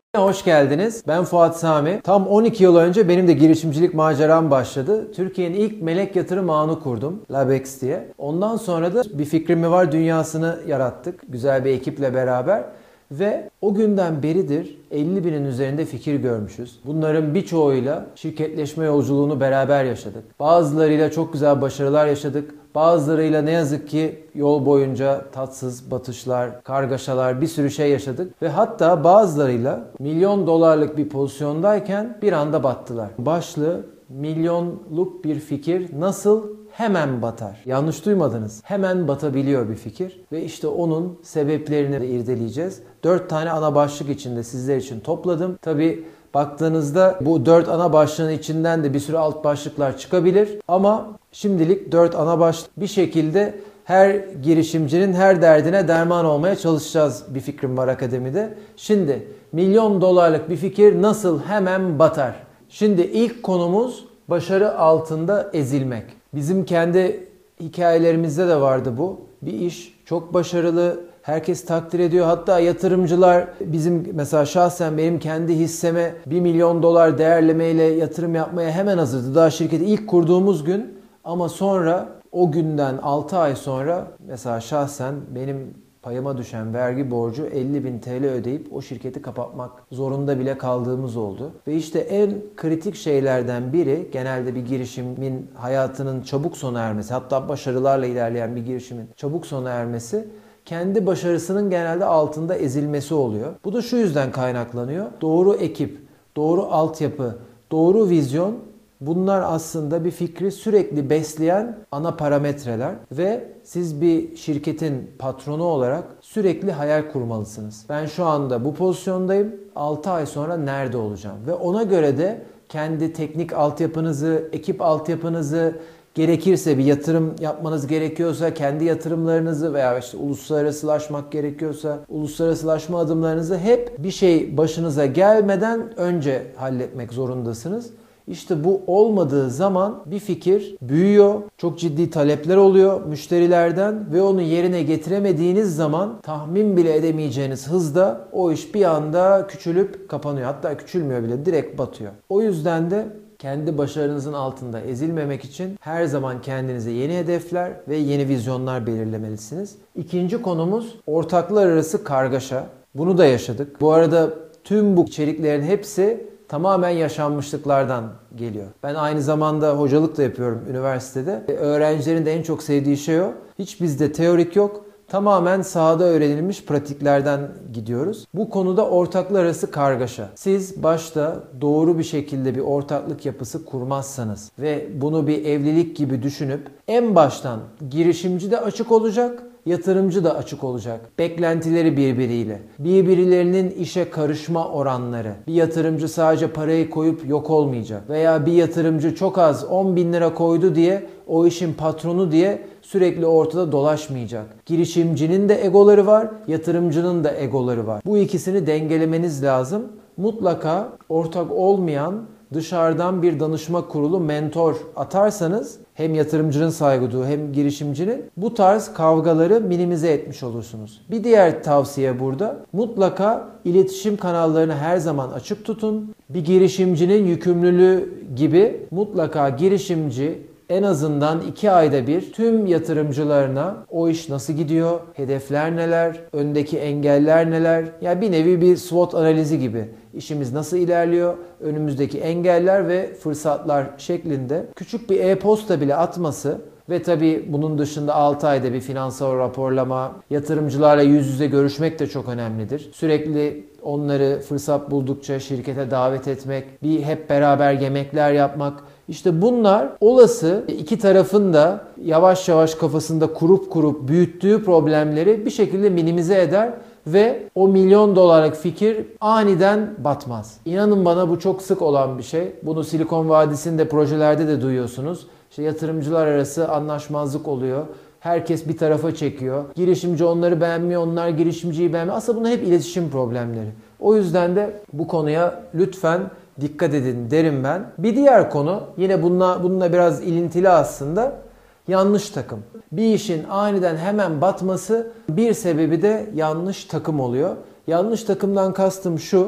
Hoş geldiniz. Ben Fuat Sami. Tam 12 yıl önce benim de girişimcilik maceram başladı. Türkiye'nin ilk melek yatırım ağını kurdum. Labex diye. Ondan sonra da bir fikrim mi var dünyasını yarattık. Güzel bir ekiple beraber. Ve o günden beridir 50 binin üzerinde fikir görmüşüz. Bunların birçoğuyla şirketleşme yolculuğunu beraber yaşadık. Bazılarıyla çok güzel başarılar yaşadık. Bazılarıyla ne yazık ki yol boyunca tatsız batışlar, kargaşalar, bir sürü şey yaşadık. Ve hatta bazılarıyla milyon dolarlık bir pozisyondayken bir anda battılar. Başlığı milyonluk bir fikir nasıl hemen batar? Yanlış duymadınız. Hemen batabiliyor bir fikir. Ve işte onun sebeplerini de irdeleyeceğiz. 4 tane ana başlık içinde sizler için topladım. Tabii baktığınızda bu 4 ana başlığın içinden de bir sürü alt başlıklar çıkabilir. Ama şimdilik 4 ana başlık bir şekilde her girişimcinin her derdine derman olmaya çalışacağız Bir Fikrim Var Akademi'de. Şimdi milyon dolarlık bir fikir nasıl hemen batar? Şimdi ilk konumuz başarı altında ezilmek. Bizim kendi hikayelerimizde de vardı bu. Bir iş çok başarılı, herkes takdir ediyor. Hatta yatırımcılar bizim mesela şahsen benim kendi hisseme 1 milyon dolar değerlemeyle yatırım yapmaya hemen hazırdı. Daha şirketi ilk kurduğumuz gün ama sonra o günden 6 ay sonra mesela şahsen benim payıma düşen vergi borcu 50.000 TL ödeyip o şirketi kapatmak zorunda bile kaldığımız oldu. Ve işte en kritik şeylerden biri genelde bir girişimin hayatının çabuk sona ermesi, hatta başarılarla ilerleyen bir girişimin çabuk sona ermesi kendi başarısının genelde altında ezilmesi oluyor. Bu da şu yüzden kaynaklanıyor. Doğru ekip, doğru altyapı, doğru vizyon, bunlar aslında bir fikri sürekli besleyen ana parametreler ve siz bir şirketin patronu olarak sürekli hayal kurmalısınız. Ben şu anda bu pozisyondayım. 6 ay sonra nerede olacağım? Ve ona göre de kendi teknik altyapınızı, ekip altyapınızı, gerekirse bir yatırım yapmanız gerekiyorsa kendi yatırımlarınızı veya işte uluslararasılaşmak gerekiyorsa uluslararasılaşma adımlarınızı hep bir şey başınıza gelmeden önce halletmek zorundasınız. İşte bu olmadığı zaman bir fikir büyüyor, çok ciddi talepler oluyor müşterilerden ve onu yerine getiremediğiniz zaman tahmin bile edemeyeceğiniz hızda o iş bir anda küçülüp kapanıyor. Hatta küçülmüyor bile, direkt batıyor. O yüzden de kendi başarınızın altında ezilmemek için her zaman kendinize yeni hedefler ve yeni vizyonlar belirlemelisiniz. İkinci konumuz ortaklar arası kargaşa. Bunu da yaşadık. Bu arada tüm bu içeriklerin hepsi tamamen yaşanmışlıklardan geliyor. Ben aynı zamanda hocalık da yapıyorum üniversitede. Öğrencilerin de en çok sevdiği şey o. Hiç bizde teorik yok. Tamamen sahada öğrenilmiş pratiklerden gidiyoruz. Bu konuda ortaklar arası kargaşa. Siz başta doğru bir şekilde bir ortaklık yapısı kurmazsanız ve bunu bir evlilik gibi düşünüp en baştan girişimci de açık olacak, yatırımcı da açık olacak. Beklentileri birbiriyle. Birbirlerinin işe karışma oranları. Bir yatırımcı sadece parayı koyup yok olmayacak. Veya bir yatırımcı çok az 10.000 lira koydu diye o işin patronu diye sürekli ortada dolaşmayacak. Girişimcinin de egoları var, yatırımcının da egoları var. Bu ikisini dengelemeniz lazım. Mutlaka ortak olmayan dışarıdan bir danışma kurulu mentor atarsanız hem yatırımcının saygı duyduğu hem girişimcinin bu tarz kavgaları minimize etmiş olursunuz. Bir diğer tavsiye burada mutlaka iletişim kanallarını her zaman açık tutun. Bir girişimcinin yükümlülüğü gibi mutlaka girişimci en azından 2 ayda bir tüm yatırımcılarına o iş nasıl gidiyor, hedefler neler, öndeki engeller neler, yani bir nevi bir SWOT analizi gibi işimiz nasıl ilerliyor, önümüzdeki engeller ve fırsatlar şeklinde küçük bir e-posta bile atması ve tabii bunun dışında 6 ayda bir finansal raporlama, yatırımcılarla yüz yüze görüşmek de çok önemlidir. Sürekli onları fırsat buldukça şirkete davet etmek, bir hep beraber yemekler yapmak. İşte bunlar olası iki tarafın da yavaş yavaş kafasında kurup büyüttüğü problemleri bir şekilde minimize eder ve o milyon dolarlık fikir aniden batmaz. İnanın bana bu çok sık olan bir şey. Bunu Silikon Vadisi'nde projelerde de duyuyorsunuz. İşte yatırımcılar arası anlaşmazlık oluyor. Herkes bir tarafa çekiyor. Girişimci onları beğenmiyor, onlar girişimciyi beğenmiyor. Aslında bunlar hep iletişim problemleri. O yüzden de bu konuya lütfen dikkat edin derim ben. Bir diğer konu yine bununla biraz ilintili aslında. Yanlış takım. Bir işin aniden hemen batması bir sebebi de yanlış takım oluyor. Yanlış takımdan kastım şu.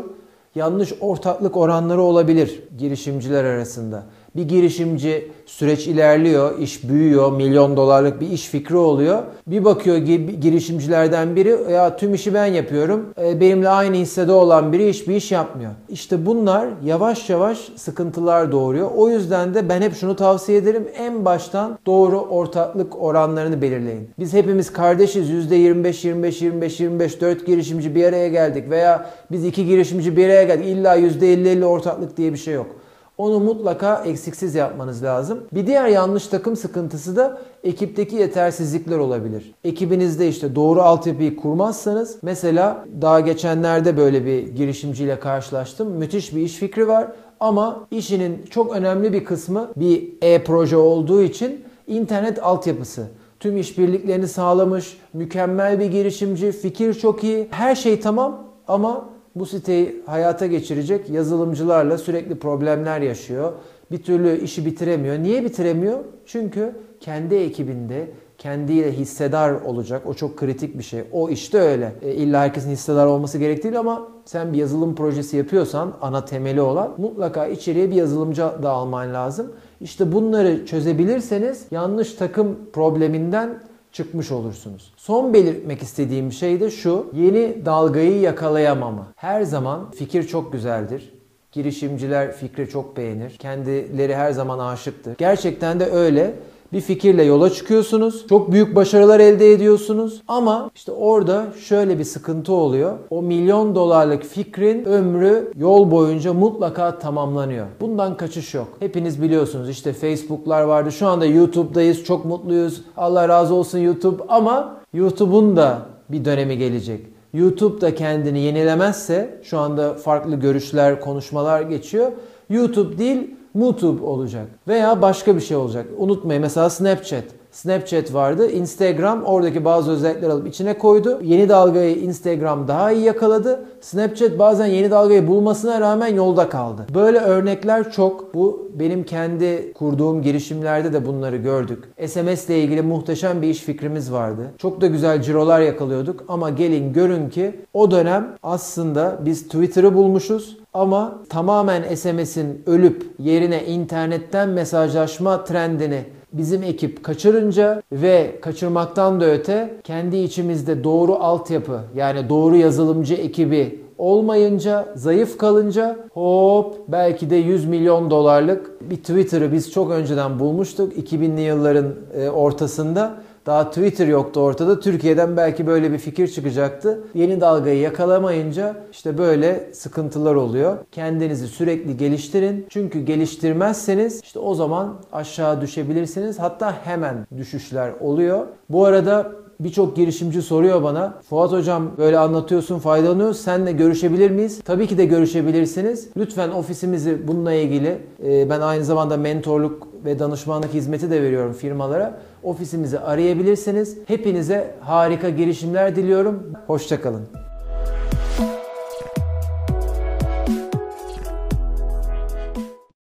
yanlış ortaklık oranları olabilir girişimciler arasında. Bir girişimci süreç ilerliyor, iş büyüyor, milyon dolarlık bir iş fikri oluyor. Bir bakıyor girişimcilerden biri ya tüm işi ben yapıyorum. Benimle aynı hissede olan biri hiçbir iş yapmıyor. İşte bunlar yavaş yavaş sıkıntılar doğuruyor. O yüzden de ben hep şunu tavsiye ederim. En baştan doğru ortaklık oranlarını belirleyin. Biz hepimiz kardeşiz. %25-25-25-25 4 girişimci bir araya geldik veya biz 2 girişimci bir araya geldik. İlla %50-50 ortaklık diye bir şey yok. Onu mutlaka eksiksiz yapmanız lazım. Bir diğer yanlış takım sıkıntısı da ekipteki yetersizlikler olabilir. Ekibinizde işte doğru altyapıyı kurmazsanız, mesela daha geçenlerde böyle bir girişimciyle karşılaştım. Müthiş bir iş fikri var ama işinin çok önemli bir kısmı bir e-proje olduğu için internet altyapısı. Tüm işbirliklerini sağlamış, mükemmel bir girişimci, fikir çok iyi, her şey tamam ama bu siteyi hayata geçirecek yazılımcılarla sürekli problemler yaşıyor. Bir türlü işi bitiremiyor. Niye bitiremiyor? Çünkü kendi ekibinde kendiyle hissedar olacak. O çok kritik bir şey. O işte öyle. İlla herkesin hissedar olması gerek değil ama sen bir yazılım projesi yapıyorsan ana temeli olan mutlaka içeriye bir yazılımcı da alman lazım. İşte bunları çözebilirseniz yanlış takım probleminden çıkmış olursunuz. Son belirtmek istediğim şey de şu: yeni dalgayı yakalayamama. Her zaman fikir çok güzeldir. Girişimciler fikri çok beğenir. Kendileri her zaman aşıktır. Gerçekten de öyle. Bir fikirle yola çıkıyorsunuz. Çok büyük başarılar elde ediyorsunuz. Ama işte orada şöyle bir sıkıntı oluyor. O milyon dolarlık fikrin ömrü yol boyunca mutlaka tamamlanıyor. Bundan kaçış yok. Hepiniz biliyorsunuz işte Facebook'lar vardı. Şu anda YouTube'dayız. Çok mutluyuz. Allah razı olsun YouTube. Ama YouTube'un da bir dönemi gelecek. YouTube da kendini yenilemezse, şu anda farklı görüşler, konuşmalar geçiyor. YouTube değil, MuTube olacak. Veya başka bir şey olacak. Unutmayın, mesela Snapchat. Snapchat vardı. Instagram oradaki bazı özellikleri alıp içine koydu. Yeni dalgayı Instagram daha iyi yakaladı. Snapchat bazen yeni dalgayı bulmasına rağmen yolda kaldı. Böyle örnekler çok. Bu benim kendi kurduğum girişimlerde de bunları gördük. SMS ile ilgili muhteşem bir iş fikrimiz vardı. Çok da güzel cirolar yakalıyorduk ama gelin görün ki o dönem aslında biz Twitter'ı bulmuşuz. Ama tamamen SMS'in ölüp yerine internetten mesajlaşma trendini bizim ekip kaçırınca ve kaçırmaktan da öte kendi içimizde doğru altyapı, yani doğru yazılımcı ekibi olmayınca, zayıf kalınca hop belki de 100 milyon dolarlık bir Twitter'ı biz çok önceden bulmuştuk. 2000'li yılların ortasında. Daha Twitter yoktu ortada. Türkiye'den belki böyle bir fikir çıkacaktı. Yeni dalgayı yakalamayınca işte böyle sıkıntılar oluyor. Kendinizi sürekli geliştirin. Çünkü geliştirmezseniz işte o zaman aşağı düşebilirsiniz. Hatta hemen düşüşler oluyor. Bu arada birçok girişimci soruyor bana, Fuat hocam böyle anlatıyorsun, faydalanıyoruz, seninle görüşebilir miyiz? Tabii ki de görüşebilirsiniz. Lütfen ofisimizi bununla ilgili, ben aynı zamanda mentorluk ve danışmanlık hizmeti de veriyorum firmalara. Ofisimizi arayabilirsiniz. Hepinize harika girişimler diliyorum. Hoşça kalın.